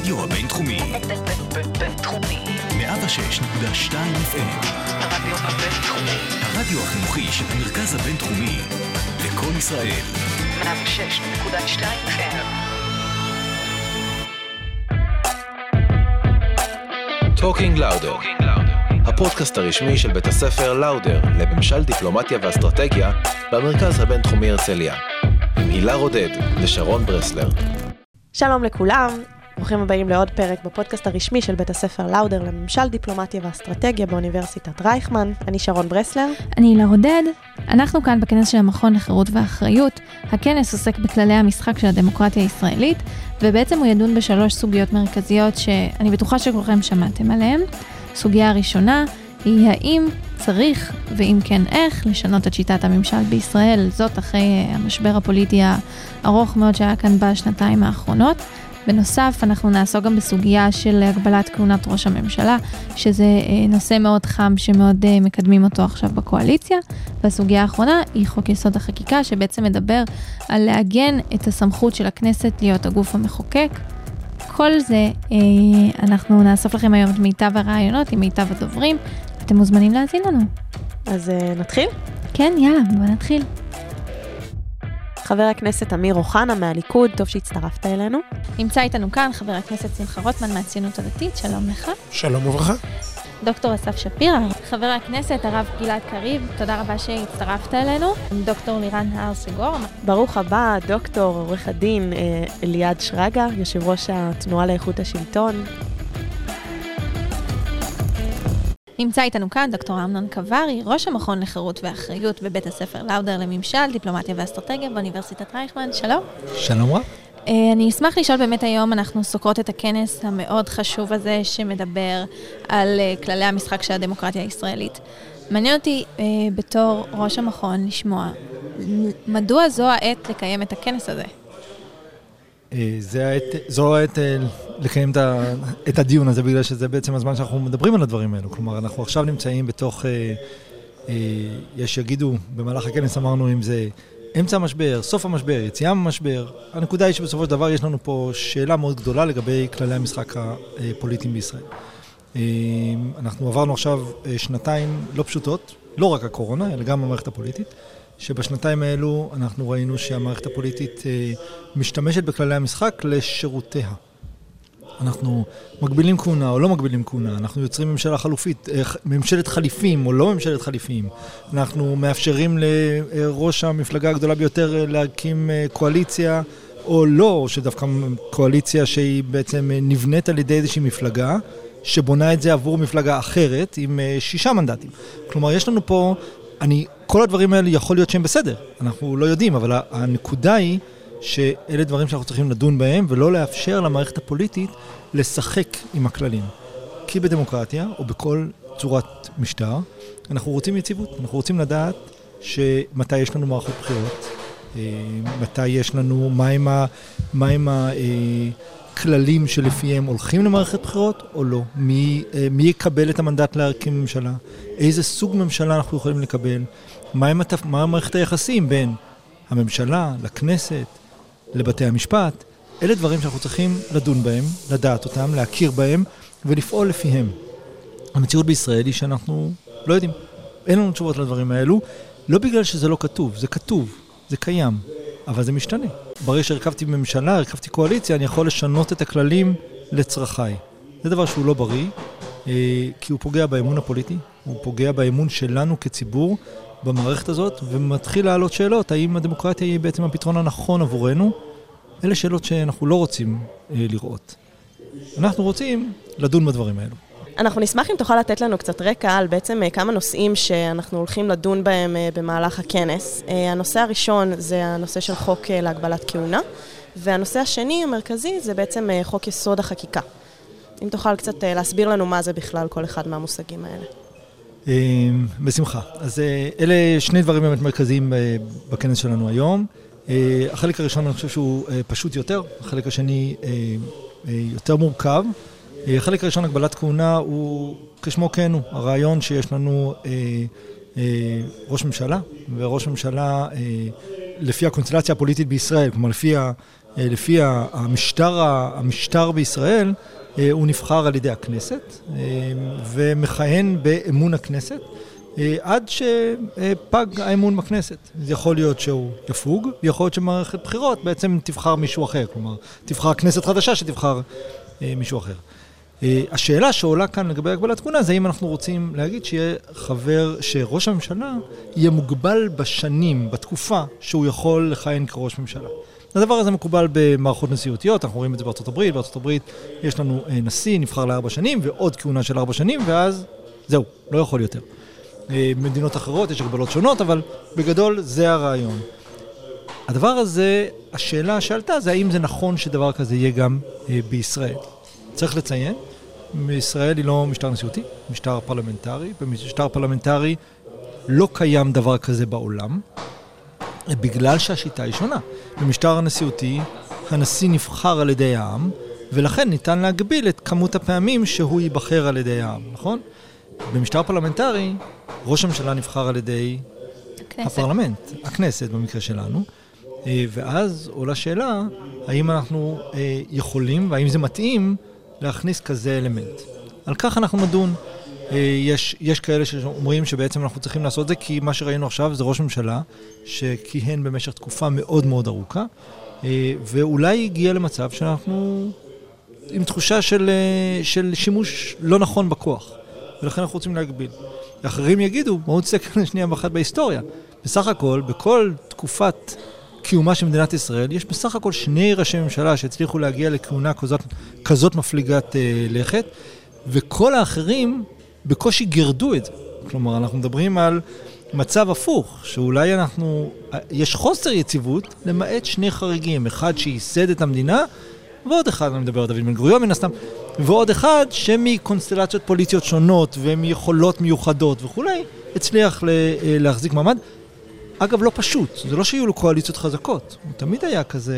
הרדיו הבינתחומי. בינתחומי. 106.2 FM. הרדיו הבינתחומי. הרדיו החינוכי של המרכז הבינתחומי. לכל ישראל. 106.2 FM. Talking Louder. הפודקאסט הרשמי של בית הספר לאודר לממשל דיפלומטיה ואסטרטגיה במרכז הבינתחומי הרצליה. עם הילה רודד ושרון ברסלר. שלום לכולם, ברוכים הבאים לעוד פרק בפודקאסט הרשמי של בית הספר לאודר לממשל דיפלומטיה ואסטרטגיה באוניברסיטת רייכמן. אני שרון ברסלר. אני הילה רודד. אנחנו כאן בכנס של המכון לחירות ואחריות. הכנס עוסק בכללי המשחק של הדמוקרטיה הישראלית, ובעצם הוא ידון בשלוש סוגיות מרכזיות שאני בטוחה שכולכם שמעתם עליהן. סוגיה הראשונה היא האם צריך, ואם כן איך, לשנות את שיטת הממשל בישראל, זאת אחרי המשבר הפוליטי הארוך מאוד שהיה כאן בשנתיים האחרונות. בנוסף, אנחנו נעסוק גם בסוגיה של הגבלת כהונת ראש הממשלה, שזה נושא מאוד חם שמאוד מקדמים אותו עכשיו בקואליציה. והסוגיה האחרונה היא חוק יסוד החקיקה, שבעצם מדבר על לעגן את הסמכות של הכנסת להיות הגוף המחוקק. כל זה אנחנו נאסוף לכם היום את מיטב הרעיונות עם מיטב הדוברים. אתם מוזמנים להאזין לנו. אז נתחיל? כן, יאללה, בוא נתחיל. חבר הכנסת אמיר אוחנה מהליכוד, טוב שהצטרפת אלינו. נמצא איתנו כאן חבר הכנסת שמחה רוטמן מהציונות הדתית, שלום לך. שלום וברכה. דוקטור אסף שפירא, חבר הכנסת הרב גלעד קריב, תודה רבה שהצטרפת אלינו. דוקטור לירן הר סגור. ברוך הבא, דוקטור עורך הדין אליעד שרגא, יושב ראש התנועה לאיכות השלטון. נמצא איתנו כאן דוקטור אמנון קברי, ראש המכון לחירות ואחריות בבית הספר לאודר לממשל, דיפלומטיה ואסטרטגיה באוניברסיטת רייכמן. שלום. שלום רב. אני אשמח לשאול באמת היום, אנחנו סוקרות את הכנס המאוד חשוב הזה שמדבר על כללי המשחק של הדמוקרטיה הישראלית. מעניין אותי בתור ראש המכון לשמוע, מדוע זו העת לקיים את הכנס הזה? זו העת לקיים את הדיון הזה, בגלל שזה בעצם הזמן שאנחנו מדברים על הדברים האלו. כלומר, אנחנו עכשיו נמצאים בתוך, יש יגידו, במהלך הכנס אמרנו אם זה אמצע המשבר, סוף המשבר, יציאה מהמשבר. הנקודה היא שבסופו של דבר יש לנו פה שאלה מאוד גדולה לגבי כללי המשחק הפוליטיים בישראל. אנחנו עברנו עכשיו שנתיים לא פשוטות, לא רק הקורונה, אלא גם המערכת הפוליטית, שבשנתיים האלו אנחנו ראינו שהמערכת הפוליטית משתמשת בכללי המשחק לשירותיה. אנחנו מגבילים כהונה או לא מגבילים כהונה, אנחנו יוצרים ממשלה חלופית, ממשלת חליפים או לא ממשלת חליפים, אנחנו מאפשרים לראש המפלגה הגדולה ביותר להקים קואליציה או לא, או שדווקא קואליציה שהיא בעצם נבנית על ידי איזושהי מפלגה, שבונה את זה עבור מפלגה אחרת עם 6 מנדטים. כלומר, יש לנו פה, כל הדברים האלה יכול להיות שהם בסדר, אנחנו לא יודעים, אבל הנקודה היא שאלה דברים שאנחנו צריכים לדון בהם, ולא לאפשר למערכת הפוליטית לשחק עם הכללים. כי בדמוקרטיה, או בכל צורת משטר, אנחנו רוצים יציבות. אנחנו רוצים לדעת שמתי יש לנו מערכות בחירות, מתי יש לנו, מהם הכללים שלפיהם הולכים למערכת בחירות, או לא. מי יקבל את המנדט להקים ממשלה? איזה סוג ממשלה אנחנו יכולים לקבל? מה מערכת היחסים בין הממשלה, לכנסת, לבתי המשפט? אלה דברים שאנחנו צריכים לדון בהם, לדעת אותם, להכיר בהם ולפעול לפיהם. המציאות בישראל היא שאנחנו לא יודעים. אין לנו תשובות לדברים האלו, לא בגלל שזה לא כתוב, זה כתוב, זה קיים, אבל זה משתנה. ברגע שהרכבתי בממשלה, הרכבתי קואליציה, אני יכול לשנות את הכללים לצרכיי. זה דבר שהוא לא בריא, כי הוא פוגע באמון הפוליטי, הוא פוגע באמון שלנו כציבור במערכת הזאת, ומתחיל לעלות שאלות, האם הדמוקרטיה היא בעצם הפתרון הנכון עבורנו? אלה שאלות שאנחנו לא רוצים לראות. אנחנו רוצים לדון בדברים האלו. אנחנו נשמח אם תוכל לתת לנו קצת רקע על בעצם כמה נושאים שאנחנו הולכים לדון בהם במהלך הכנס. הנושא הראשון זה הנושא של חוק להגבלת כהונה, והנושא השני המרכזי זה בעצם חוק יסוד החקיקה. אם תוכל קצת להסביר לנו מה זה בכלל כל אחד מהמושגים האלה. בשמחה. אז אלה שני דברים באמת מרכזיים בכנס שלנו היום. החלק הראשון אני חושב שהוא פשוט יותר, החלק השני יותר מורכב. החלק הראשון, הגבלת כהונה, הוא כשמו כן הוא. הרעיון שיש לנו ראש ממשלה, וראש ממשלה לפי הקונסטלציה הפוליטית בישראל, כלומר לפי לפי המשטר בישראל, הוא נבחר על ידי הכנסת, ומכהן באמון הכנסת, עד שפג האמון בכנסת. זה יכול להיות שהוא יפוג, ויכול להיות שמערכת בחירות בעצם תבחר מישהו אחר, כלומר, תבחר כנסת חדשה שתבחר מישהו אחר. השאלה שעולה כאן לגבי הגבלת כהונה, זה אם אנחנו רוצים להגיד שיהיה חבר, שראש הממשלה יהיה מוגבל בשנים, בתקופה שהוא יכול לכהן כראש ממשלה. הדבר הזה מקובל במערכות נשיאותיות, אנחנו רואים את זה בארצות הברית. בארצות הברית יש לנו נשיא, נבחר ל4 שנים, ועוד כהונה של 4 שנים, ואז זהו, לא יכול יותר. במדינות אחרות יש הגבלות שונות, אבל בגדול זה הרעיון. הדבר הזה, השאלה שעלתה, זה האם זה נכון שדבר כזה יהיה גם בישראל. צריך לציין, בישראל היא לא משטר נשיאותי, משטר פרלמנטרי. במשטר פרלמנטרי לא קיים דבר כזה בעולם, בגלל שהשיטה היא שונה. במשטר הנשיאותי, הנשיא נבחר על ידי העם, ולכן ניתן להגביל את כמות הפעמים שהוא ייבחר על ידי העם, נכון? במשטר פרלמנטרי, ראש הממשלה נבחר על ידי הפרלמנט, הכנסת במקרה שלנו, ואז עולה שאלה, האם אנחנו יכולים, והאם זה מתאים, להכניס כזה אלמנט. על כך אנחנו נדון. יש כאלה שאומרים שבעצם אנחנו צריכים לעשות זה, כי מה שראינו עכשיו זה ראש ממשלה שכיהן במשך תקופה מאוד מאוד ארוכה, ואולי הגיע למצב שאנחנו עם תחושה של שימוש לא נכון בכוח, ולכן אנחנו רוצים להגביל. אחרים יגידו, בואו תסתכל שנייה אחת בהיסטוריה. בסך הכל, בכל תקופת קיומה של מדינת ישראל, יש בסך הכל 2 ראשי ממשלה שהצליחו להגיע לכהונה כזאת מפליגת לכת, וכל האחרים בקושי גרדו את זה. כלומר, אנחנו מדברים על מצב הפוך, שאולי יש חוסר יציבות, למעט 2 חריגים. אחד שייסד את המדינה, ועוד אחד, אני מדבר על דוד בן גוריון מן הסתם, ועוד אחד שמקונסטלציות פוליטיות שונות, ומיכולות מיוחדות וכולי, הצליח להחזיק מעמד. אגב, לא פשוט. זה לא שיהיו לו קואליציות חזקות. הוא תמיד היה כזה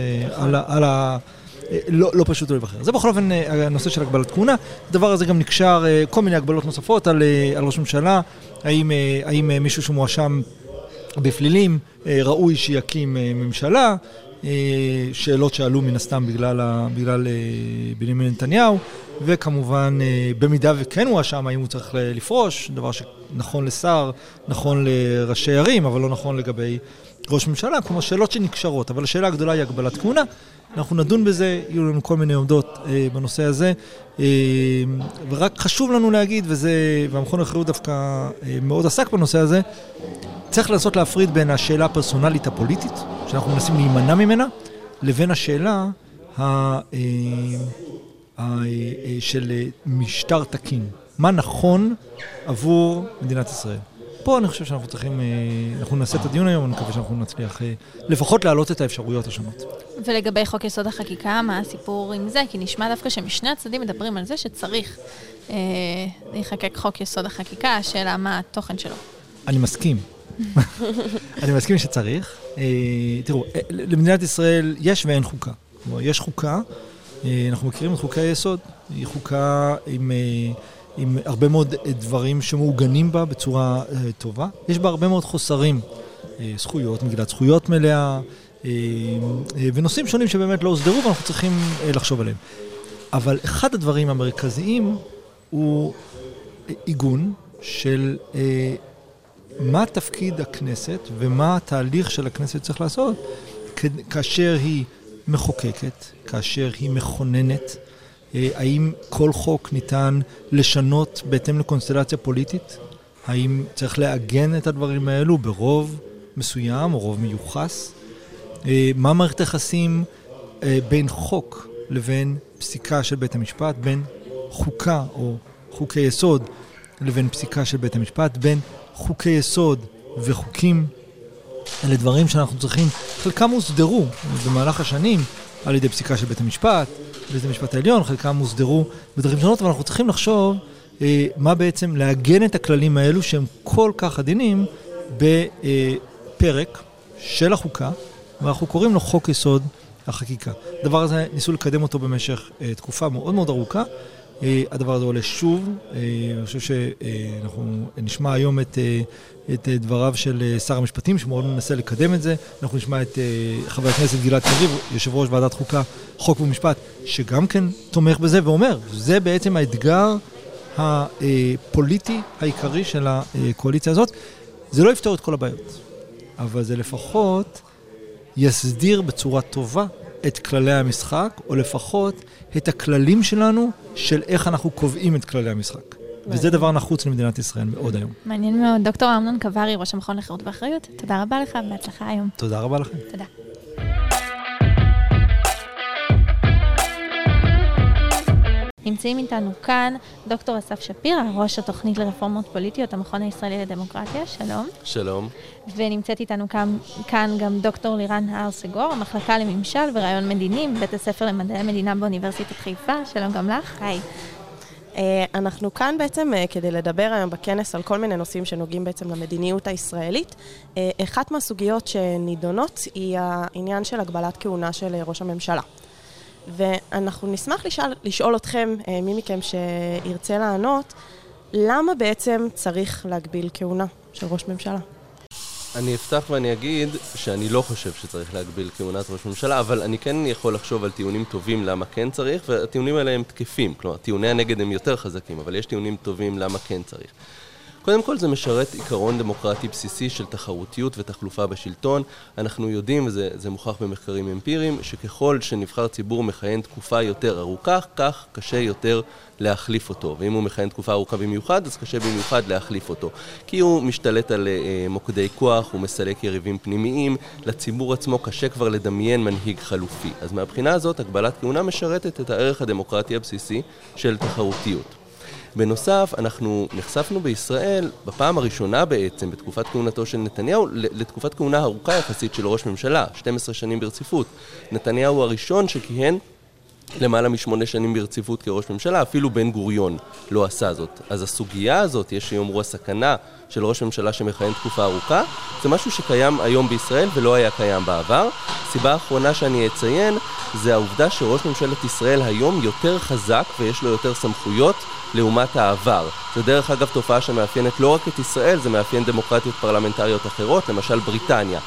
לא פשוט לא לבחר. זה בכל אופן הנושא של הגבלת כהונה. הדבר הזה גם נקשר כל מיני הגבלות נוספות על ראש ממשלה. האם מישהו שמואשם בפלילים ראוי שיקים ממשלה? שאלות שעלו מן הסתם בגלל בנימין נתניהו, וכמובן במידה וכן הוא אשם, האם הוא צריך לפרוש, דבר שנכון לשר, נכון לראשי ערים, אבל לא נכון לגבי ראש ממשלה, כלומר שאלות שנקשרות, אבל השאלה הגדולה היא הגבלת כהונה. אנחנו נדון בזה, יהיו לנו כל מיני עומדות בנושא הזה, ורק חשוב לנו להגיד, והמכון לחירות דווקא מאוד עסק בנושא הזה, צריך לנסות להפריד בין השאלה הפרסונלית הפוליטית, שאנחנו מנסים להימנע ממנה, לבין השאלה של משטר תקין. מה נכון עבור מדינת ישראל? פה אני חושב שאנחנו צריכים, אנחנו נעשה את הדיון היום, אני מקווה שאנחנו נצליח לפחות להעלות את האפשרויות השונות. ולגבי חוק יסוד החקיקה, מה הסיפור עם זה? כי נשמע דווקא שמשני הצדדים מדברים על זה שצריך להיחקק חוק יסוד החקיקה, השאלה מה התוכן שלו. אני מסכים. אני מסכים שצריך. תראו, למדינת ישראל יש ואין חוקה. כלומר, יש חוקה, אנחנו מכירים את חוקי היסוד, היא חוקה עם הרבה מאוד דברים שמעוגנים בה בצורה טובה. יש בה הרבה מאוד חוסרים, זכויות, מגילת זכויות מלאה, ונושאים שונים שבאמת לא הוסדרו, ואנחנו צריכים לחשוב עליהם. אבל אחד הדברים המרכזיים הוא עיגון של מה תפקיד הכנסת ומה התהליך של הכנסת צריך לעשות כאשר היא מחוקקת, כאשר היא מכוננת, האם כל חוק ניתן לשנות בהתאם לקונסטלציה פוליטית? האם צריך לעגן את הדברים האלו ברוב מסוים או רוב מיוחס? מה מערכת היחסים בין חוק לבין פסיקה של בית המשפט, בין חוקה או חוקי יסוד לבין פסיקה של בית המשפט, בין חוקי יסוד וחוקים? אלה דברים שאנחנו צריכים, חלקם הוסדרו במהלך השנים על ידי פסיקה של בית המשפט, בית המשפט העליון, חלקם הוסדרו בדרכים שונות, אבל אנחנו צריכים לחשוב מה בעצם לעגן את הכללים האלו שהם כל כך עדינים בפרק של החוקה, ואנחנו קוראים לו חוק יסוד החקיקה. הדבר הזה ניסו לקדם אותו במשך תקופה מאוד מאוד ארוכה, הדבר הזה עולה שוב. אני חושב שאנחנו נשמע היום את דבריו של שר המשפטים, שמאוד מנסה לקדם את זה. אנחנו נשמע את חבר הכנסת גלעד קריב, יושב ראש ועדת חוקה, חוק ומשפט, שגם כן תומך בזה ואומר, זה בעצם האתגר הפוליטי העיקרי של הקואליציה הזאת. זה לא יפתור את כל הבעיות, אבל זה לפחות יסדיר בצורה טובה את כללי המשחק, או לפחות את הכללים שלנו של איך אנחנו קובעים את כללי המשחק. וזה דבר נחוץ למדינת ישראל מאוד היום. מעניין מאוד. דוקטור אמנון קברי, ראש המכון לחירות ואחריות, תודה רבה לך ובהצלחה היום. תודה רבה לכם. תודה. נמצאים איתנו כאן דוקטור אסף שפירא, ראש התוכנית לרפורמות פוליטיות, המכון הישראלי לדמוקרטיה. שלום. שלום. ונמצאת איתנו כאן גם דוקטור לירן הר סגור, המחלקה לממשל ורעיון מדיני, בבית הספר למדעי המדינה באוניברסיטת חיפה. שלום גם לך. היי. אנחנו כאן בעצם כדי לדבר היום בכנס על כל מיני נושאים שנוגעים בעצם למדיניות הישראלית. אחת מהסוגיות שנידונות היא העניין של הגבלת כהונה של ראש הממשלה. ואנחנו נשמח לשאול אתכם, מי מכם שירצה לענות, למה בעצם צריך להגביל כהונה של ראש ממשלה? אני אפתח ואני אגיד שאני לא חושב שצריך להגביל כהונת ראש ממשלה, אבל אני כן יכול לחשוב על טיעונים טובים למה כן צריך, והטיעונים האלה הם תקפים. כלומר, טיעוני הנגד הם יותר חזקים, אבל יש טיעונים טובים למה כן צריך. קודם כל זה משרת עיקרון דמוקרטי בסיסי של תחרותיות ותחלופה בשלטון. אנחנו יודעים, וזה מוכח במחקרים אמפיריים, שככל שנבחר ציבור מכהן תקופה יותר ארוכה, כך קשה יותר להחליף אותו. ואם הוא מכהן תקופה ארוכה במיוחד, אז קשה במיוחד להחליף אותו. כי הוא משתלט על מוקדי כוח, הוא מסלק יריבים פנימיים, לציבור עצמו קשה כבר לדמיין מנהיג חלופי. אז מהבחינה הזאת, הגבלת כהונה משרתת את הערך הדמוקרטי הבסיסי של תחרותיות. בנוסף, אנחנו נחשפנו בישראל, בפעם הראשונה בעצם, בתקופת כהונתו של נתניהו, לתקופת כהונה ארוכה יחסית של ראש ממשלה, 12 שנים ברציפות. נתניהו הראשון שכיהן למעלה מ8 שנים ברציפות כראש ממשלה, אפילו בן גוריון לא עשה זאת. אז הסוגיה הזאת, יש שיאמרו הסכנה של ראש ממשלה שמכהן תקופה ארוכה, זה משהו שקיים היום בישראל ולא היה קיים בעבר. סיבה האחרונה שאני אציין, זה העובדה שראש ממשלת ישראל היום יותר חזק ויש לו יותר סמכויות לעומת העבר. זה דרך אגב תופעה שמאפיינת לא רק את ישראל, זה מאפיין דמוקרטיות פרלמנטריות אחרות, למשל בריטניה.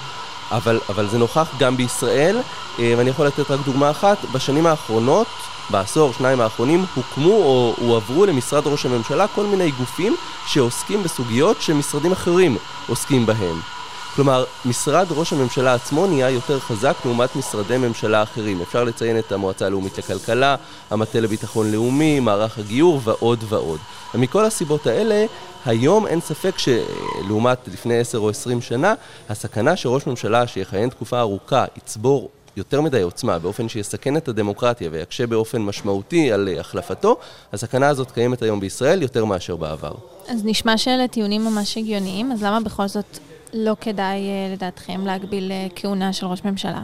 אבל זה נוכח גם בישראל, ואני יכול לתת רק דוגמה אחת. בשנים האחרונות, בעשור, 2 האחרונים, הוקמו או הועברו למשרד ראש הממשלה כל מיני גופים שעוסקים בסוגיות שמשרדים אחרים עוסקים בהם. כלומר, משרד ראש הממשלה עצמו נהיה יותר חזק לעומת משרדי ממשלה אחרים. אפשר לציין את המועצה הלאומית לכלכלה, המטה לביטחון לאומי, מערך הגיור ועוד ועוד. ומכל הסיבות האלה, היום אין ספק שלעומת לפני 10 או 20 שנה, הסכנה שראש ממשלה שיכהן תקופה ארוכה יצבור יותר מדי עוצמה, באופן שיסכן את הדמוקרטיה ויקשה באופן משמעותי על החלפתו, הסכנה הזאת קיימת היום בישראל יותר מאשר בעבר. אז נשמע שאלה טיעונים ממש הגיוניים, אז למה בכל זאת לא כדאי לדעתכם להגביל כהונה של ראש ממשלה?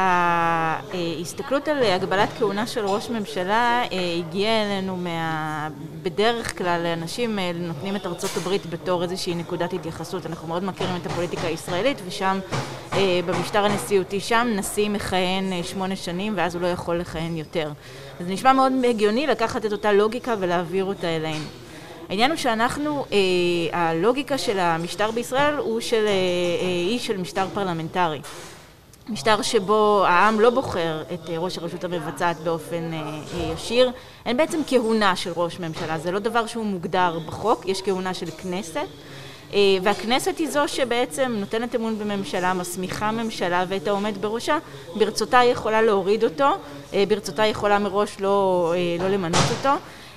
ההסתכלות על הגבלת כהונה של ראש ממשלה הגיעה אלינו בדרך כלל אנשים נותנים את ארצות הברית בתור איזושהי נקודת התייחסות. אנחנו מאוד מכירים את הפוליטיקה הישראלית, ושם במשטר הנשיאותי שם נשיא מכהן 8 שנים ואז הוא לא יכול לכהן יותר. אז נשמע מאוד הגיוני לקחת את אותה לוגיקה ולהעביר אותה אלינו. העניין הוא שאנחנו, הלוגיקה של המשטר בישראל היא של משטר פרלמנטרי. משטר שבו העם לא בוחר את ראש הרשות המבצעת באופן ישיר. אין בעצם כהונה של ראש ממשלה, זה לא דבר שהוא מוגדר בחוק, יש כהונה של כנסת. והכנסת היא זו שבעצם נותנת אמון בממשלה, מסמיכה ממשלה ואת העומד בראשה, ברצותה יכולה להוריד אותו, ברצותה יכולה מראש לא למנות אותו.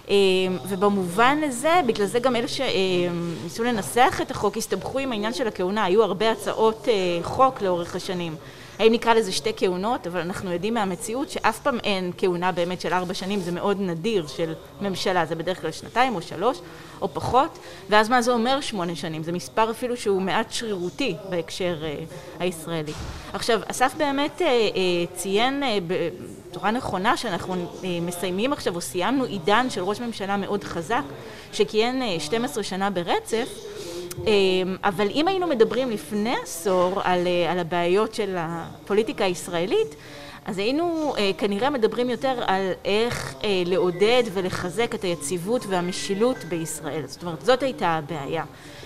ובמובן הזה, בגלל זה גם אלה שניסו לנסח את החוק, הסתבכו עם העניין של הכהונה. היו הרבה הצעות חוק לאורך השנים. האם נקרא לזה 2 כהונות, אבל אנחנו יודעים מהמציאות שאף פעם אין כהונה באמת של 4 שנים, זה מאוד נדיר של ממשלה, זה בדרך כלל 2 או 3 או פחות, ואז מה זה אומר 8 שנים? זה מספר אפילו שהוא מעט שרירותי בהקשר הישראלי. עכשיו, אסף באמת ציין בצורה נכונה שאנחנו מסיימים עכשיו או סיימנו עידן של ראש ממשלה מאוד חזק, שכיהן 12 שנה ברצף, אבל אם היינו מדברים לפני עשור על הבעיות של הפוליטיקה הישראלית, אז היינו כנראה מדברים יותר על איך לעודד ולחזק את היציבות והמשילות בישראל. זאת אומרת, זאת הייתה הבעיה.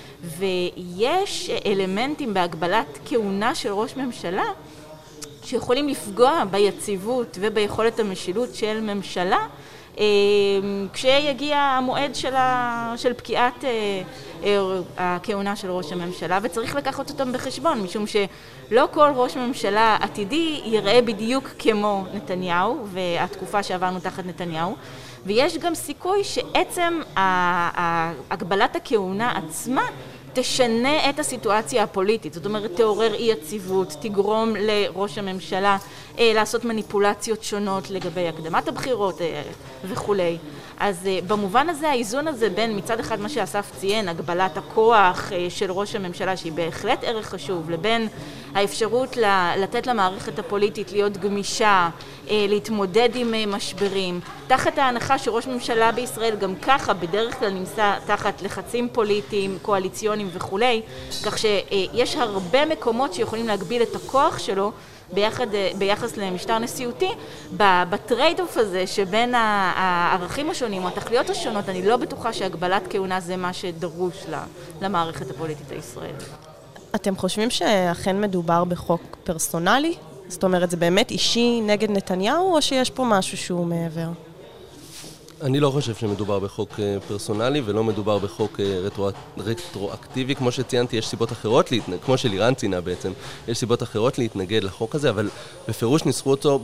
ויש אלמנטים בהגבלת כהונה של ראש ממשלה שיכולים לפגוע ביציבות וביכולת המשילות של ממשלה, כשיגיע המועד של פקיעת הכהונה של ראש הממשלה, וצריך לקחת אותם בחשבון, משום שלא כל ראש ממשלה עתידי יראה בדיוק כמו נתניהו והתקופה שעברנו תחת נתניהו, ויש גם סיכוי שעצם הגבלת הכהונה עצמה תשנה את הסיטואציה הפוליטית, זאת אומרת תעורר אי יציבות, תגרום לראש הממשלה לעשות מניפולציות שונות לגבי הקדמת הבחירות וכולי. אז במובן הזה האיזון הזה בין מצד אחד מה שאסף ציין, הגבלת הכוח של ראש הממשלה שהיא בהחלט ערך חשוב, לבין האפשרות לתת למערכת הפוליטית להיות גמישה, להתמודד עם משברים, תחת ההנחה שראש ממשלה בישראל גם ככה בדרך כלל נמצא תחת לחצים פוליטיים, קואליציוניים וכולי, כך שיש הרבה מקומות שיכולים להגביל את הכוח שלו ביחס למשטר נשיאותי. בטרייד אוף הזה שבין הערכים השונים או התכליות השונות, אני לא בטוחה שהגבלת כהונה זה מה שדרוש למערכת הפוליטית הישראלית. אתם חושבים שאכן מדובר בחוק פרסונלי? זאת אומרת, זה באמת אישי נגד נתניהו, או שיש פה משהו שהוא מעבר? אני לא חושב שמדובר בחוק פרסונלי, ולא מדובר בחוק רטרואקטיבי. כמו שציינתי, יש סיבות אחרות, כמו שלירן ציינה בעצם, יש סיבות אחרות להתנגד לחוק הזה, אבל בפירוש ניסחו אותו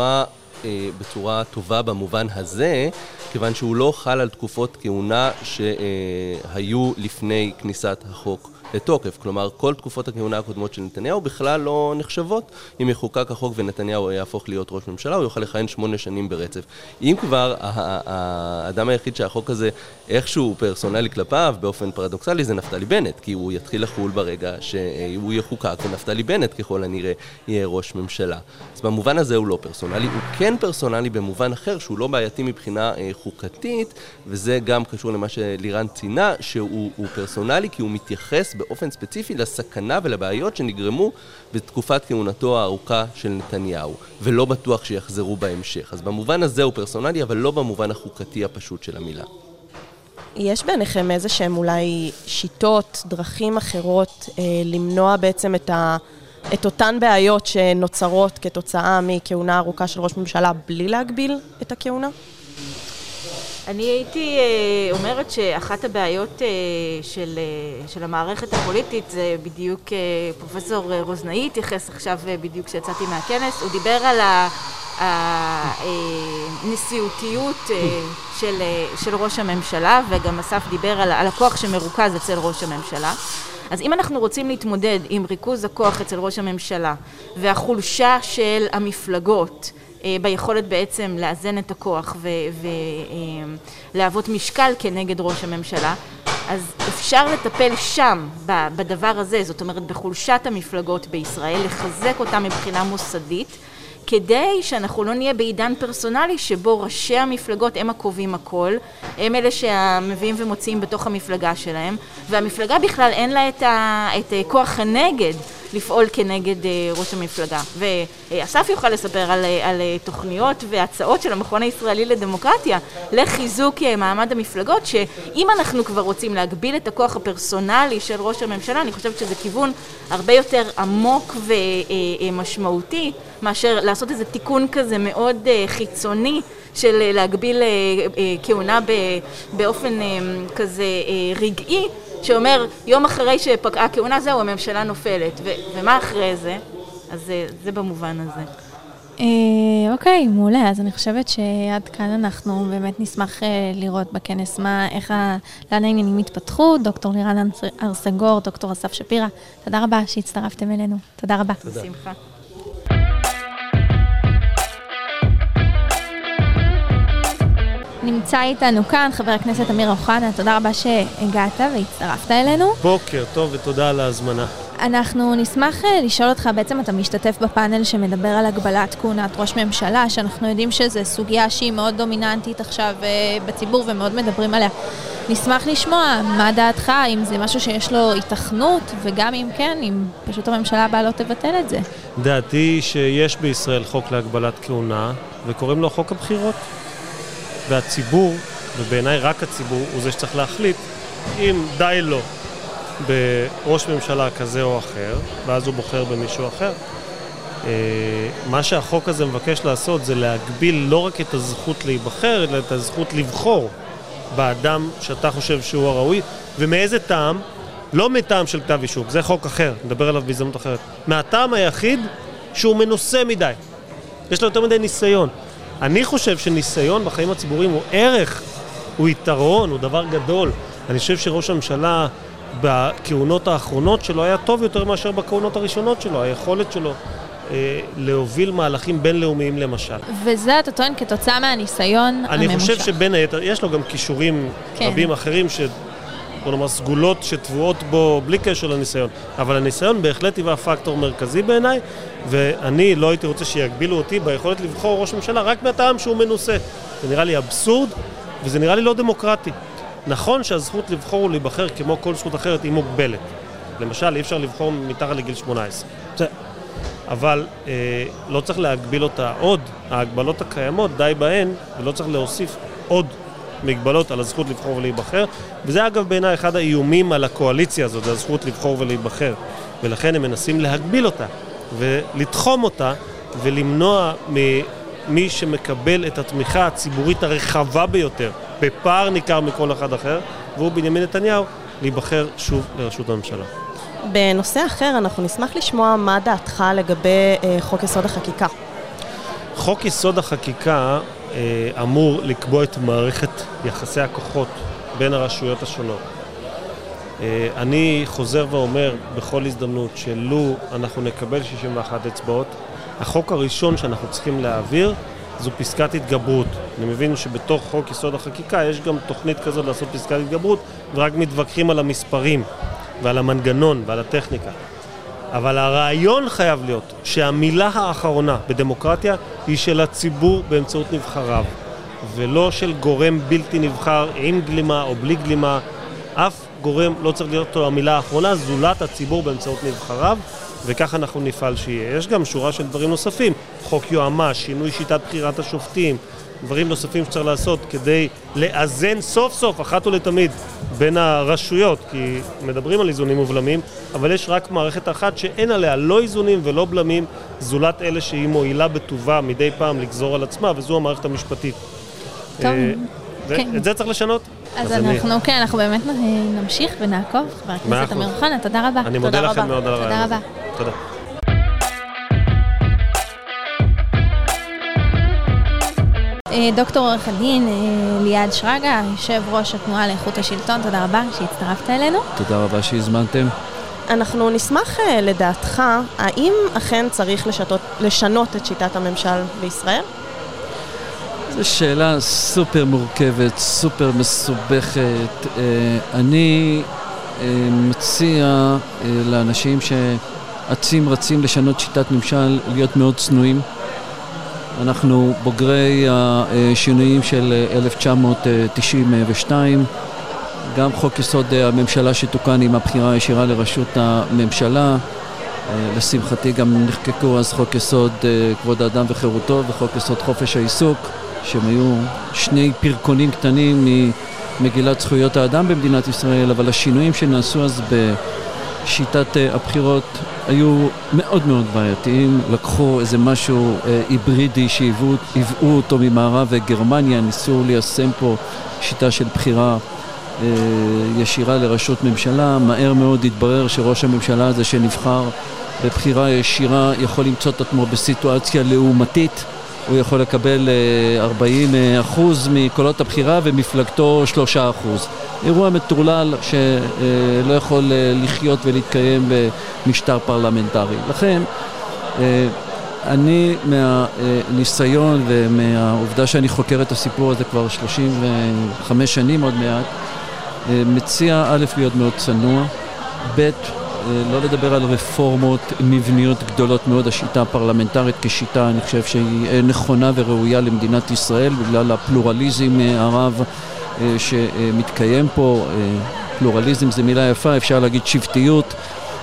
בצורה טובה במובן הזה, כיוון שהוא לא חל על תקופות כהונה שהיו לפני כניסת החוק לתוקף. כלומר, כל תקופות הכהונה הקודמות של נתניהו בכלל לא נחשבות. אם יחוקק החוק ונתניהו יהפוך להיות ראש ממשלה, הוא יוכל לכהן 8 שנים ברצף. אם כבר, האדם היחיד שהחוק הזה איכשהו פרסונלי כלפיו, באופן פרדוקסלי, זה נפתלי בנט, כי הוא יתחיל לחול ברגע שהוא יחוקק, ונפתלי בנט ככל הנראה יהיה ראש ממשלה. אז במובן הזה הוא לא פרסונלי. הוא כן פרסונלי במובן אחר, שהוא לא בעייתי מבחינה חוקתית, וזה גם קשור למה שלירן ציינה, שהוא פרסונלי כי הוא מתייחס באופן ספציפי לסכנה ולבעיות שנגרמו בתקופת כהונתו הארוכה של נתניהו, ולא בטוח שיחזרו בהמשך. אז במובן הזה הוא פרסונלי, אבל לא במובן החוקתי הפשוט של המילה. יש ביניכם איזה שהם אולי שיטות, דרכים אחרות למנוע בעצם את אותן בעיות שנוצרות כתוצאה מכהונה ארוכה של ראש ממשלה בלי להגביל את הכהונה? אני הייתי אומרת שאחת הבעיות של המערכת הפוליטית זה בדיוק פרופסור רוזנאי התייחס עכשיו בדיוק כשיצאתי מהכנס, הוא דיבר על הנשיאותיות של ראש הממשלה, וגם אסף דיבר על הכוח שמרוכז אצל ראש הממשלה. אז אם אנחנו רוצים להתמודד עם ריכוז הכוח אצל ראש הממשלה והחולשה של המפלגות ביכולת בעצם לאזן את הכוח ולהוות משקל כנגד ראש הממשלה, אז אפשר לטפל שם בדבר הזה, זאת אומרת בחולשת המפלגות בישראל, לחזק אותם מבחינה מוסדית, כדי שאנחנו לא נהיה בעידן פרסונלי שבו ראשי המפלגות הם הקובעים הכל, הם אלה שמביאים ומוציאים בתוך המפלגה שלהם, והמפלגה בכלל אין לה את כוח הנגד לפעול כנגד ראש המפלגה. ואסף יוכל לספר על תוכניות והצעות של המכון הישראלי לדמוקרטיה לחיזוק מעמד המפלגות, שאם אנחנו כבר רוצים להגביל את הכוח הפרסונלי של ראש הממשלה, אני חושבת שזה כיוון הרבה יותר עמוק ומשמעותי, מאשר לעשות איזה תיקון כזה מאוד חיצוני של להגביל כהונה באופן כזה רגעי, שאומר יום אחרי שפקעה כהונה זהו הממשלה נופלת, ומה אחרי זה? אז זה במובן הזה. אוקיי, מעולה. אז אני חושבת שעד כאן אנחנו באמת נשמח לראות בכנס לאן העניינים התפתחו. דוקטור לירן ארסגור, דוקטור אסף שפירא, תודה רבה שהצטרפתם אלינו. תודה רבה. תודה. שמחה. נמצא איתנו כאן חבר הכנסת אמיר אוחנה, תודה רבה שהגעת והצטרפת אלינו. בוקר טוב ותודה על ההזמנה. אנחנו נשמח לשאול אותך, בעצם אתה משתתף בפאנל שמדבר על הגבלת כהונת ראש ממשלה, שאנחנו יודעים שזו סוגיה שהיא מאוד דומיננטית עכשיו בציבור ומאוד מדברים עליה. נשמח לשמוע מה דעתך, אם זה משהו שיש לו התכנות, וגם אם כן, אם פשוט הממשלה הבאה לא תבטל את זה. דעתי שיש בישראל חוק להגבלת כהונה, וקוראים לו חוק הבחירות. והציבור, ובעיניי רק הציבור, הוא זה שצריך להחליט אם די לו בראש ממשלה כזה או אחר, ואז הוא בוחר במישהו אחר. מה שהחוק הזה מבקש לעשות זה להגביל לא רק את הזכות להיבחר, אלא את הזכות לבחור באדם שאתה חושב שהוא הראוי, ומאיזה טעם? לא מטעם של כתב אישום, זה חוק אחר, נדבר עליו בהזדמנות אחרת. מהטעם היחיד שהוא מנוסה מדי, יש לו יותר מדי ניסיון. אני חושב שניסיון בחיים הציבוריים הוא ערך, הוא יתרון, הוא דבר גדול. אני חושב שראש הממשלה בכהונות האחרונות שלו היה טוב יותר מאשר בכהונות הראשונות שלו, היכולת שלו להוביל מהלכים בינלאומיים למשל. וזה אתה טוען כתוצאה מהניסיון הממושך. אני חושב שבין היתר, יש לו גם כישורים רבים אחרים בוא נאמר, סגולות שטבועות בו בלי קשר לניסיון. אבל הניסיון בהחלט היווה פקטור מרכזי בעיניי, ואני לא הייתי רוצה שיגבילו אותי ביכולת לבחור ראש ממשלה רק מהטעם שהוא מנוסה. זה נראה לי אבסורד, וזה נראה לי לא דמוקרטי. נכון שהזכות לבחור ולהיבחר כמו כל זכות אחרת היא מוגבלת. למשל, אי אפשר לבחור מתחת לגיל 18. אבל לא צריך להגביל אותה עוד. ההגבלות הקיימות די בהן, ולא צריך להוסיף עוד מגבלות על הזכות לבחור ולהיבחר, וזה אגב בעיניי אחד האיומים על הקואליציה הזאת, זה הזכות לבחור ולהיבחר, ולכן הם מנסים להגביל אותה ולתחום אותה ולמנוע ממי שמקבל את התמיכה הציבורית הרחבה ביותר בפער ניכר מכל אחד אחר, והוא בנימין נתניהו, להיבחר שוב לראשות הממשלה. בנושא אחר אנחנו נשמח לשמוע מה דעתך לגבי חוק יסוד החקיקה. חוק יסוד החקיקה אמור לקבוע את מערכת יחסי הכוחות בין הרשויות השונות. אני חוזר ואומר בכל הזדמנות שלו אנחנו נקבל 61 אצבעות, החוק הראשון שאנחנו צריכים להעביר זו פסקת התגברות. אני מבין שבתוך חוק יסוד החקיקה יש גם תוכנית כזאת לעשות פסקת התגברות, ורק מתווכחים על המספרים ועל המנגנון ועל הטכניקה. אבל הרעיון חייב להיות שהמילה האחרונה בדמוקרטיה היא של הציבור באמצעות נבחריו, ולא של גורם בלתי נבחר עם גלימה או בלי גלימה. אף גורם לא צריך להיות לו המילה האחרונה, זולת הציבור באמצעות נבחריו, וכך אנחנו נפעל שיהיה. יש גם שורה של דברים נוספים, חוק יועמ"ש, שינוי שיטת בחירת השופטים, דברים נוספים שצריך לעשות כדי לאזן סוף סוף, אחת ולתמיד, בין הרשויות, כי מדברים על איזונים ובלמים, אבל יש רק מערכת אחת שאין עליה לא איזונים ולא בלמים, זולת אלה שהיא מועילה בטובה מדי פעם לגזור על עצמה, וזו המערכת המשפטית. טוב, את זה צריך לשנות. אז אנחנו באמת נמשיך ונעקוב. חבר הכנסת אמיר אוחנה, תודה רבה. אני מודה לכם מאוד על הרעיון. תודה רבה. תודה. דוקטור עורך הדין ליעד שרגא, יושב ראש התנועה לאיכות השלטון, תודה רבה שהצטרפת אלינו. תודה רבה שהזמנתם. אנחנו נשמח לדעתך, האם אכן צריך לשנות את שיטת הממשל בישראל? זו שאלה סופר מורכבת, סופר מסובכת. אני מציע לאנשים שעצים רצים לשנות שיטת ממשל להיות מאוד צנועים. אנחנו בוגרי השינויים של 1992, גם חוק יסוד הממשלה שתוקן עם הבחירה הישירה לראשות הממשלה, לשמחתי גם נחקקו אז חוק יסוד כבוד האדם וחירותו וחוק יסוד חופש העיסוק, שהם היו שני פרקונים קטנים ממגילת זכויות האדם במדינת ישראל, אבל השינויים שנעשו אז בשיטת הבחירות היו מאוד מאוד בעייתיים. לקחו איזה משהו היברידי שהיוו אותו ממערב וגרמניה, ניסו ליישם פה שיטה של בחירה ישירה לראשות ממשלה. מהר מאוד התברר שראש הממשלה הזה שנבחר בבחירה ישירה יכול למצוא את עצמו בסיטואציה לעומתית, הוא יכול לקבל 40% מקולות הבחירה ומפלגתו 3%. אירוע מטורלל שלא יכול לחיות ולהתקיים במשטר פרלמנטרי. לכן אני מהניסיון ומהעובדה שאני חוקר את הסיפור הזה כבר 35 שנים עוד מעט, מציע א' להיות מאוד צנוע, ב' לא לדבר על רפורמות מבניות גדולות מאוד. השיטה הפרלמנטרית כשיטה אני חושב שהיא נכונה וראויה למדינת ישראל בגלל הפלורליזם הרב שמתקיים פה, פלורליזם זה מילה יפה, אפשר להגיד שבטיות,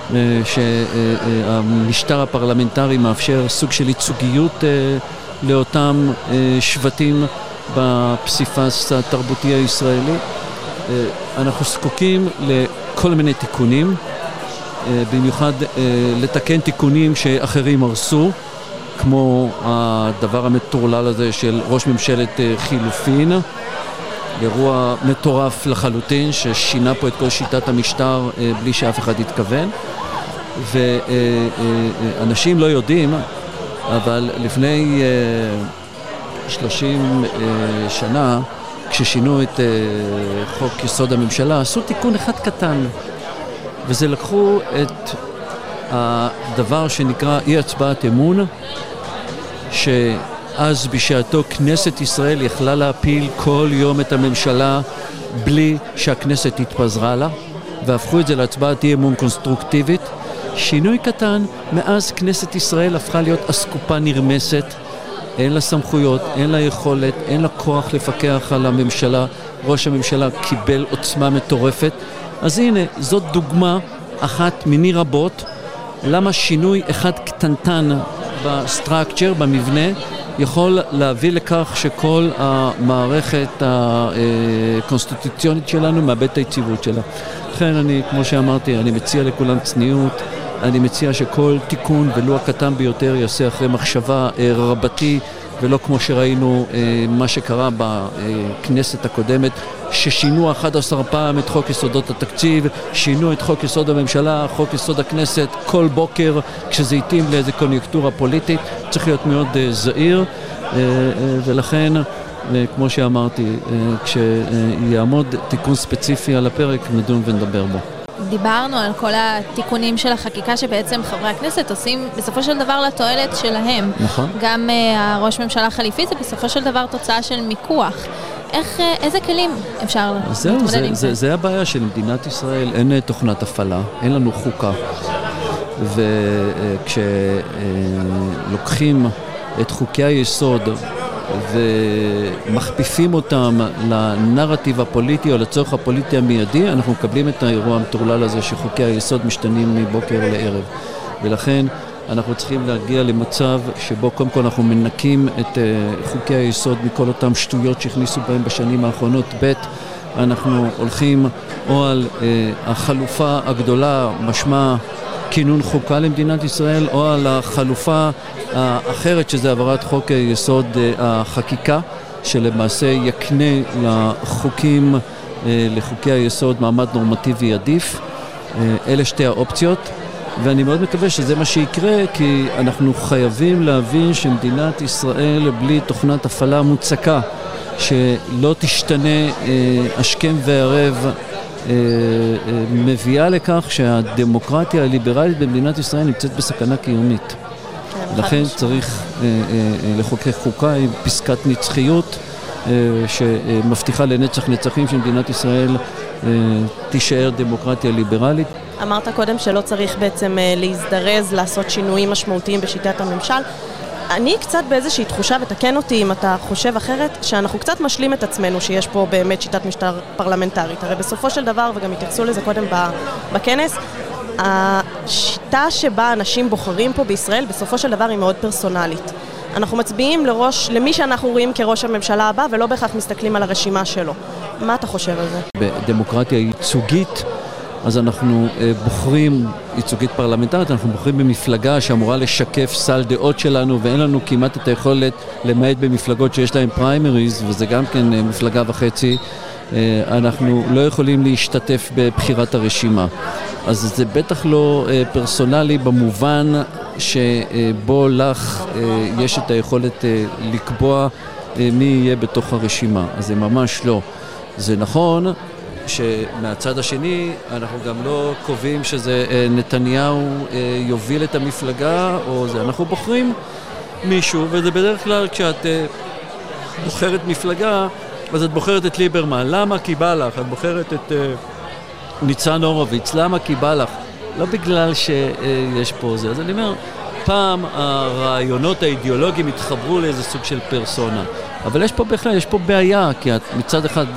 שהמשטר הפרלמנטרי מאפשר סוג של ייצוגיות לאותם שבטים בפסיפס התרבותי הישראלי. אנחנו זקוקים לכל מיני תיקונים, במיוחד לתקן תיקונים שאחרים הרסו, כמו הדבר המטורלל הזה של ראש ממשלת חילופין, אירוע מטורף לחלוטין ששינה פה את כל שיטת המשטר בלי שאף אחד יתכוון. ואנשים לא יודעים, אבל לפני 30 שנה, כששינו את חוק יסוד הממשלה, עשו תיקון אחד קטן, וזה לקחו את הדבר שנקרא אי הצבעת אמון, שאז בשעתו כנסת ישראל יכלה להפיל כל יום את הממשלה בלי שהכנסת התפזרה לה, והפכו את זה להצבעת אי אמון קונסטרוקטיבית. שינוי קטן, מאז כנסת ישראל הפכה להיות אסקופה נרמסת, אין לה סמכויות, אין לה יכולת, אין לה כוח לפקח על הממשלה, ראש הממשלה קיבל עוצמה מטורפת. אז הנה, זאת דוגמה אחת מיני רבות, למה שינוי אחד קטנטן בסטרקצ'ר, במבנה, יכול להביא לכך שכל המערכת הקונסטיטוציונית שלנו מאבד את היציבות שלה. לכן אני, כמו שאמרתי, אני מציע לכולם צניעות, אני מציע שכל תיקון ולו הקטן ביותר יעשה אחרי מחשבה רבתי, ולא כמו שראינו מה שקרה בכנסת הקודמת, ששינו 11 פעם את חוק יסודות התקציב, שינו את חוק יסוד הממשלה, חוק יסוד הכנסת, כל בוקר כשזה התאים לאיזו קוניונקטורה פוליטית. צריך להיות מאוד זהיר, ולכן, כמו שאמרתי, כשיעמוד תיקון ספציפי על הפרק, נדון ונדבר בו. דיברנו על כל התיקונים של החקיקה שבעצם חברי הכנסת עושים בסופו של דבר לתועלת שלהם. נכון. גם הראש ממשלה חליפי זה בסופו של דבר תוצאה של מיקוח. איזה כלים אפשר להתמודד עם זה? זה הבעיה של מדינת ישראל, אין תוכנת הפעלה, אין לנו חוקה. וכשלוקחים את חוקי היסוד ומכפיפים אותם לנרטיב הפוליטי או לצורך הפוליטי המיידי, אנחנו מקבלים את האירוע המטורלל הזה שחוקי היסוד משתנים מבוקר לערב. ולכן אנחנו צריכים להגיע למצב שבו קודם כל אנחנו מנקים את חוקי היסוד מכל אותם שטויות שהכניסו בהם בשנים האחרונות. ב' אנחנו הולכים או על החלופה הגדולה, משמע כינון חוקה למדינת ישראל, או על החלופה האחרת שזה העברת חוק יסוד החקיקה, שלמעשה יקנה לחוקים, לחוקי היסוד מעמד נורמטיבי עדיף. אלה שתי האופציות, ואני מאוד מקווה שזה מה שיקרה, כי אנחנו חייבים להבין שמדינת ישראל בלי תוכנת הפעלה מוצקה, שלא תשתנה השכם והערב, מביאה לכך שהדמוקרטיה הליברלית במדינת ישראל נמצאת בסכנה קיומית. לכן צריך לחוקק חוקה עם פסקת נצחיות שמבטיחה לנצח נצחים שמדינת ישראל תישאר דמוקרטיה ליברלית. אמרת קודם שלא צריך בעצם להזדרז, לעשות שינויים משמעותיים בשיטת הממשל. אני קצת באיזושהי תחושה, ותקן אותי אם אתה חושב אחרת, שאנחנו קצת משלים את עצמנו שיש פה באמת שיטת משטר פרלמנטרית. הרי בסופו של דבר, וגם התייחסו לזה קודם בכנס, השיטה שבה אנשים בוחרים פה בישראל בסופו של דבר היא מאוד פרסונלית. אנחנו מצביעים למי שאנחנו רואים כראש הממשלה הבא, ולא בהכרח מסתכלים על הרשימה שלו. מה אתה חושב על זה? בדמוקרטיה ייצוגית, אז אנחנו בוחרים, ייצוגית פרלמנטרית, אנחנו בוחרים במפלגה שאמורה לשקף סל דעות שלנו, ואין לנו כמעט את היכולת למעט במפלגות שיש להן פריימריז, וזה גם כן מפלגה וחצי, אנחנו לא יכולים להשתתף בבחירת הרשימה. אז זה בטח לא פרסונלי במובן שבו לך יש את היכולת לקבוע מי יהיה בתוך הרשימה. אז זה ממש לא. זה נכון שמהצד השני אנחנו גם לא קובעים שזה נתניהו יוביל את המפלגה או זה. אנחנו בוחרים מישהו, וזה בדרך כלל כשאת בוחרת מפלגה, אז את בוחרת את ליברמן. למה? כי בא לך. את בוחרת את ניצן הורוביץ. למה? כי בא לך. לא בגלל שיש פה זה. אז אני אומר, פעם הרעיונות האידיאולוגיים התחברו לאיזה סוג של פרסונה. אבל יש פה בכלל, יש פה בעיה, כי את מצד אחד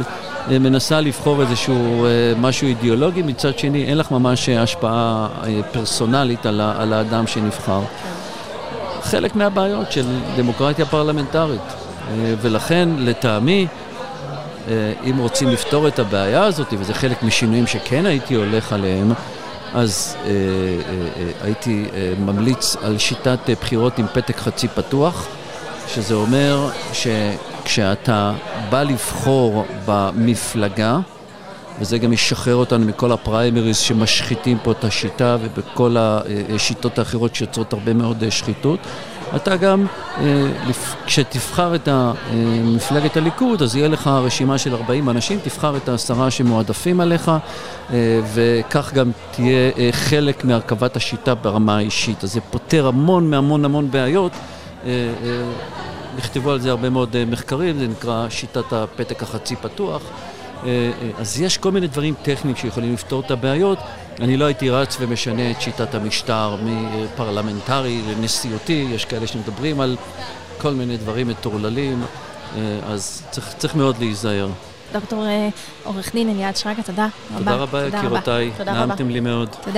מנסה לבחור איזשהו משהו אידיאולוגי, מצד שני אין לך ממש השפעה פרסונלית על האדם שנבחר. חלק מהבעיות של דמוקרטיה פרלמנטרית, ולכן לטעמי, אם רוצים לפתור את הבעיה הזאת, וזה חלק משינויים שכן הייתי הולך עליהם, אז הייתי ממליץ על שיטת בחירות עם פתק חצי פתוח, שזה אומר שכשאתה בא לבחור במפלגה, וזה גם ישחרר אותנו מכל הפריימריז שמשחיתים פה את השיטה, ובכל השיטות האחרות שיוצרות הרבה מאוד שחיתות, אתה גם, כשתבחר את מפלגת הליכוד, אז יהיה לך רשימה של 40 אנשים, תבחר את 10 שמועדפים עליך, וכך גם תהיה חלק מהרכבת השיטה ברמה האישית. אז זה פותר המון בעיות. נכתבו על זה הרבה מאוד מחקרים, זה נקרא שיטת הפתק החצי פתוח. אז יש כל מיני דברים טכניים שיכולים לפתור את הבעיות. אני לא הייתי רץ ומשנה את שיטת המשטר מפרלמנטרי לנשיאותי, יש כאלה שמדברים על כל מיני דברים מטורללים, אז צריך מאוד להיזהר. דוקטור עורך דין אליעד שרגא, תודה רבה. תודה רבה, יקירותיי, נעמתם לי מאוד. תודה.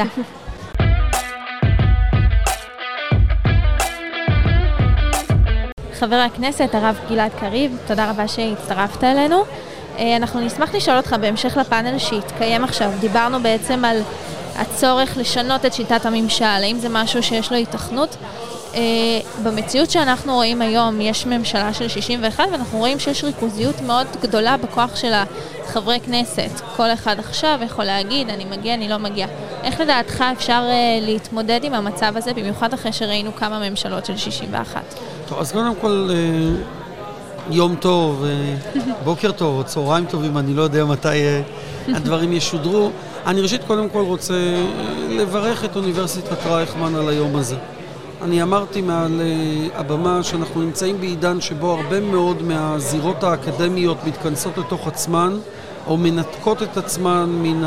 חבר הכנסת הרב גלעד קריב, תודה רבה שהצטרפת אלינו. אנחנו נשמח לשאול אותך בהמשך לפאנל שהתקיים עכשיו. דיברנו בעצם על הצורך לשנות את שיטת הממשל, האם זה משהו שיש לו התכנות? במציאות שאנחנו רואים היום יש ממשלה של 61 ואנחנו רואים שיש ריכוזיות מאוד גדולה בכוח של החברי כנסת. כל אחד עכשיו יכול להגיד אני מגיע, אני לא מגיע. איך לדעתך אפשר להתמודד עם המצב הזה, במיוחד אחרי שראינו כמה ממשלות של 61? טוב, אז קודם כל יום טוב, בוקר טוב, צהריים טובים, אני לא יודע מתי הדברים ישודרו. אני ראשית קודם כל רוצה לברך את אוניברסיטת רייכמן על היום הזה. אני אמרתי מעל הבמה שאנחנו נמצאים בעידן שבו הרבה מאוד מהזירות האקדמיות מתכנסות לתוך עצמן, או מנתקות את עצמן מן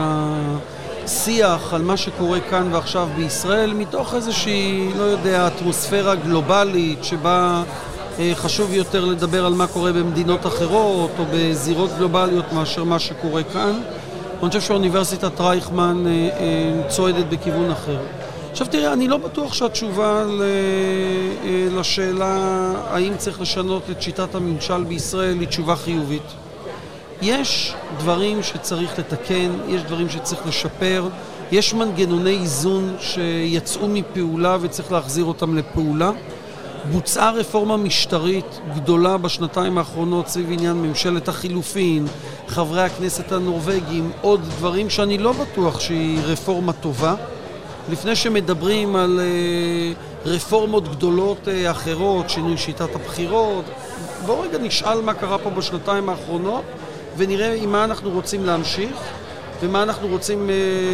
השיח על מה שקורה כאן ועכשיו בישראל, מתוך איזושהי, לא יודע, אטמוספירה גלובלית שבה חשוב יותר לדבר על מה קורה במדינות אחרות או בזירות גלובליות מאשר מה שקורה כאן. אני חושב שאוניברסיטת רייכמן צועדת בכיוון אחר. עכשיו תראה, אני לא בטוח שהתשובה לשאלה האם צריך לשנות את שיטת הממשל בישראל היא תשובה חיובית. יש דברים שצריך לתקן, יש דברים שצריך לשפר, יש מנגנוני איזון שיצאו מפעולה וצריך להחזיר אותם לפעולה. בוצעה רפורמה משטרית גדולה בשנתיים האחרונות סביב עניין ממשלת החילופין, חברי הכנסת הנורווגים, עוד דברים שאני לא בטוח שהיא רפורמה טובה. לפני שמדברים על רפורמות גדולות אחרות, שינוי שיטת הבחירות, בואו רגע נשאל מה קרה פה בשנתיים האחרונות ונראה עם מה אנחנו רוצים להמשיך ומה אנחנו רוצים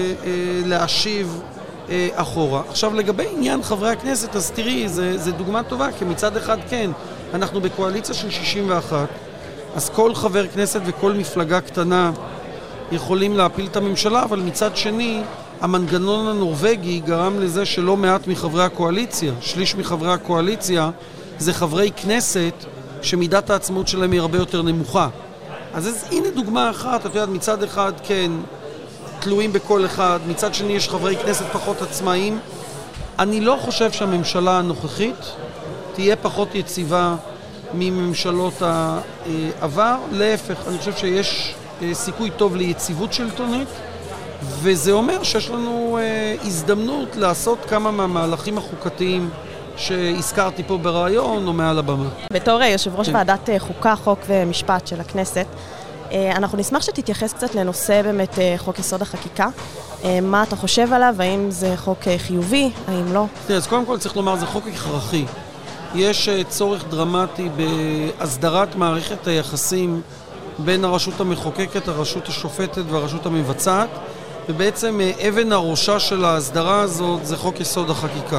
להשיב אחורה. עכשיו לגבי עניין חברי הכנסת, אז תראי, זה דוגמה טובה, כי מצד אחד כן, אנחנו בקואליציה של 61, אז כל חבר כנסת וכל מפלגה קטנה יכולים להפיל את הממשלה, אבל מצד שני, המנגנון הנורווגי גרם לזה שלא מעט מחברי הקואליציה, שליש מחברי הקואליציה, זה חברי כנסת שמידת העצמאות שלהם היא הרבה יותר נמוכה. אז הנה דוגמה אחת, את יודעת, מצד אחד כן, תלויים בכל אחד, מצד שני יש חברי כנסת פחות עצמאיים. אני לא חושב שהממשלה הנוכחית תהיה פחות יציבה מממשלות העבר, להפך, אני חושב שיש סיכוי טוב ליציבות שלטונית, וזה אומר שיש לנו הזדמנות לעשות כמה מהמהלכים החוקתיים שהזכרתי פה ברעיון או מעל הבמה. בתור יושב ראש ועדת חוקה, חוק ומשפט של הכנסת, אנחנו נשמח שתתייחס קצת לנושא באמת חוק יסוד החקיקה. מה אתה חושב עליו? האם זה חוק חיובי? האם לא? אז קודם כל צריך לומר, זה חוק הכרחי. יש צורך דרמטי בהסדרת מערכת היחסים בין הרשות המחוקקת, הרשות השופטת והרשות המבצעת, ובעצם אבן הראשה של ההסדרה הזאת זה חוק יסוד החקיקה.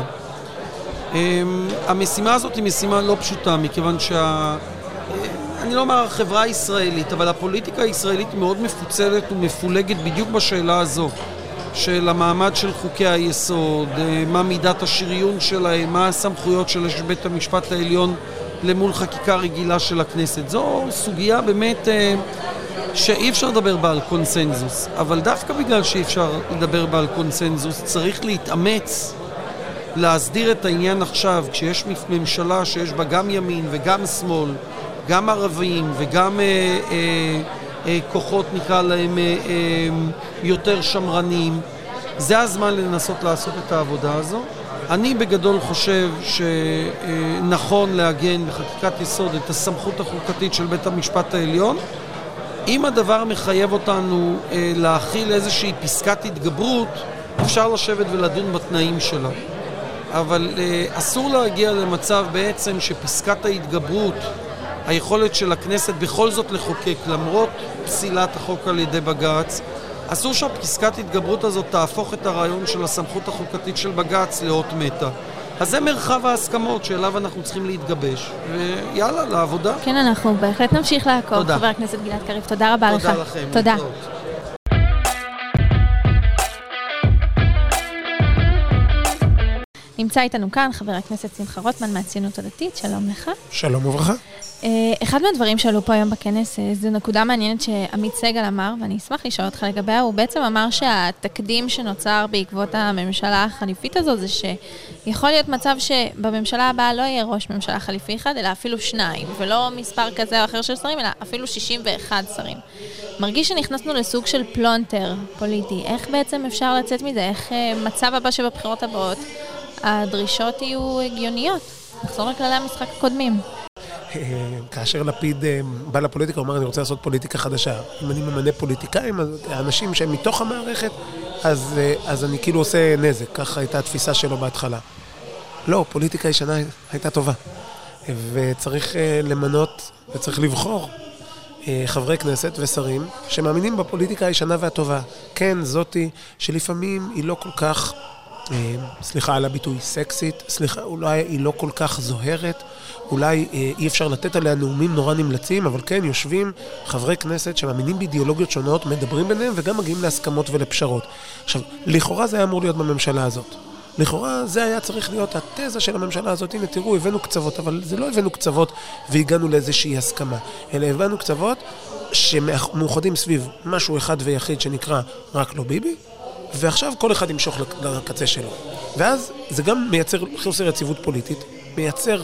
המשימה הזאת היא משימה לא פשוטה, מכיוון אני לא אומר החברה הישראלית, אבל הפוליטיקה הישראלית מאוד מפוצלת ומפולגת בדיוק בשאלה הזו, של המעמד של חוקי היסוד, מה מידת השריון שלהם, מה הסמכויות של בית המשפט העליון למול חקיקה רגילה של הכנסת. זו סוגיה באמת שאי אפשר לדבר בה על קונסנזוס, אבל דווקא בגלל שאי אפשר לדבר בה על קונסנזוס, צריך להתאמץ להסדיר את העניין עכשיו, כשיש ממשלה שיש בה גם ימין וגם שמאל, גם ערבים וגם כוחות נקרא להם יותר שמרניים. זה הזמן לנסות לעשות את העבודה הזו. אני בגדול חושב שנכון לעגן בחקיקת יסוד את הסמכות החוקתית של בית המשפט העליון. אם הדבר מחייב אותנו להכיל איזושהי פסקת התגברות, אפשר לשבת ולדון בתנאים שלה. אבל אסור להגיע למצב בעצם שפסקת ההתגברות, היכולת של הכנסת בכל זאת לחוקק למרות פסילת החוק על ידי בג"ץ, אסור שהפסקת התגברות הזאת תהפוך את הרעיון של הסמכות החוקתית של בג"ץ לאות מתה. אז זה מרחב ההסכמות שאליו אנחנו צריכים להתגבש, ויאללה, לעבודה. כן, אנחנו בהחלט נמשיך לעקוב. תודה. חבר הכנסת גלעד קריב, תודה רבה לך. תודה לכם. תודה. נמצא איתנו כאן חבר הכנסת שמחה רוטמן מהציונות הדתית, שלום לך. שלום וברכה. אחד מהדברים שעלו פה היום בכנס, זו נקודה מעניינת שעמית סגל אמר, ואני אשמח לשאול אותך לגביה, הוא בעצם אמר שהתקדים שנוצר בעקבות הממשלה החליפית הזו, זה שיכול להיות מצב שבממשלה הבאה לא יהיה ראש ממשלה חליפי אחד, אלא אפילו 2, ולא מספר כזה או אחר של שרים, אלא אפילו 61 שרים. מרגיש שנכנסנו לסוג של פלונטר פוליטי. איך בעצם אפשר לצאת מזה? איך מצב הבא שבבחירות הבאות הדרישות יהיו הגיוניות? נחזור לכללי המשחק הקודמים. כאשר לפיד בא לפוליטיקה, הוא אומר, אני רוצה לעשות פוליטיקה חדשה. אם אני ממנה פוליטיקאים, האנשים שהם מתוך המערכת, אז אני כאילו עושה נזק. ככה הייתה התפיסה שלו בהתחלה. לא, פוליטיקה ישנה הייתה טובה. וצריך למנות, וצריך לבחור חברי כנסת ושרים שמאמינים בפוליטיקה הישנה והטובה. כן, זאתי שלפעמים היא לא כל כך, סליחה על הביטוי, סקסית, סליחה, אולי היא לא כל כך זוהרת, אולי אי אפשר לתת עליה נאומים נורא נמלצים, אבל כן, יושבים חברי כנסת שמאמינים באידיאולוגיות שונות, מדברים ביניהם וגם מגיעים להסכמות ולפשרות. עכשיו, לכאורה זה היה אמור להיות בממשלה הזאת. לכאורה זה היה צריך להיות התזה של הממשלה הזאת. הנה, תראו, הבאנו קצוות, אבל זה לא הבאנו קצוות והגענו לאיזושהי הסכמה, אלא הבאנו קצוות שמאוחדים סביב משהו אחד ויחיד שנקרא רק לא ביבי, ועכשיו כל אחד ימשוך לקצה שלו. ואז זה גם מייצר חוסר יציבות פוליטית, מייצר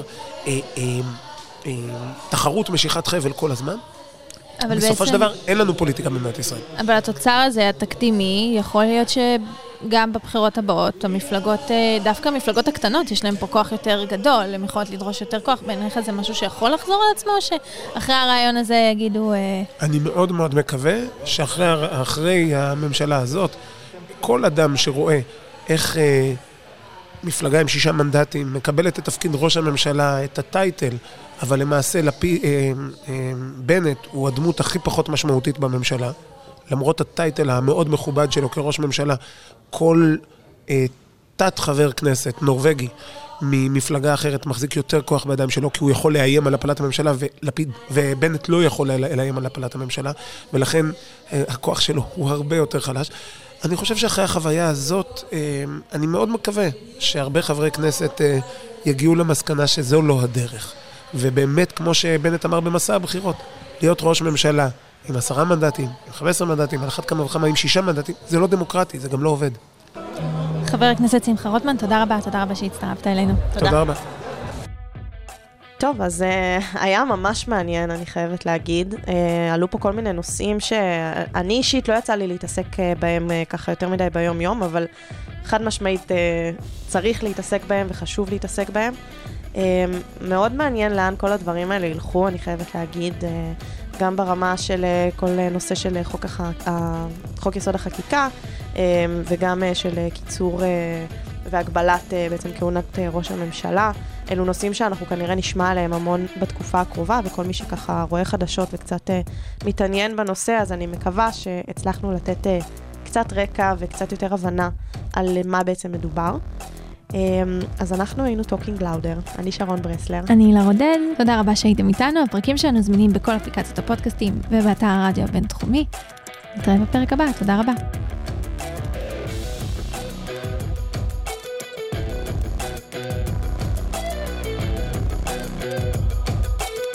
תחרות משיכת חבל כל הזמן. בסופו של דבר אין לנו פוליטיקה במדינת ישראל. אבל התוצר הזה, התקדימי, יכול להיות שגם בבחירות הבאות, המפלגות, דווקא המפלגות הקטנות, יש להם פה כוח יותר גדול, הן יכולות לדרוש יותר כוח. בעיניך זה משהו שיכול לחזור על עצמו, שאחרי הרעיון הזה יגידו... אני מאוד מאוד מקווה שאחרי הממשלה הזאת, כל אדם שרואה איך מפלגה עם 6 מנדטים מקבלת את תפקיד ראש הממשלה, את הטייטל, אבל למעשה בנט הוא הדמות הכי פחות משמעותית בממשלה, למרות הטייטל המאוד מכובד שלו כראש ממשלה, כל תת חבר כנסת נורווגי ממפלגה אחרת מחזיק יותר כוח בידיים שלו, כי הוא יכול לאיים על הפלת הממשלה, ובנט לא יכול לאיים על הפלת הממשלה, ולכן הכוח שלו הוא הרבה יותר חלש. אני חושב שאחרי החוויה הזאת, אני מאוד מקווה שהרבה חברי כנסת יגיעו למסקנה שזו לא הדרך. ובאמת, כמו שבנט אמר במסע הבחירות, להיות ראש ממשלה עם 10 מנדטים, עם 15 מנדטים, על אחת כמה וכמה עם 6 מנדטים, זה לא דמוקרטי, זה גם לא עובד. חבר הכנסת שמחה רוטמן, תודה רבה שהצטרפת אלינו. תודה רבה. טוב, אז היה ממש מעניין, אני חייבת להגיד. עלו פה כל מיני נושאים שאני אישית לא יצא לי להתעסק בהם ככה יותר מדי ביום יום, אבל חד משמעית צריך להתעסק בהם וחשוב להתעסק בהם. מאוד מעניין לאן כל הדברים האלה ילכו, אני חייבת להגיד, גם ברמה של כל נושא של חוק יסוד החקיקה, וגם של קיצור והגבלת בעצם כהונת ראש הממשלה. אלו נושאים שאנחנו כנראה נשמע עליהם המון בתקופה הקרובה, וכל מי שככה רואה חדשות וקצת מתעניין בנושא, אז אני מקווה שהצלחנו לתת קצת רקע וקצת יותר הבנה על מה בעצם מדובר. אז אנחנו היינו Talking Louder, אני שרון ברסלר. אני הילה רודד, תודה רבה שהייתם איתנו. הפרקים שלנו זמינים בכל אפליקציות הפודקאסטים ובאתר הרדיו הבינתחומי. נתראה בפרק הבא, תודה רבה.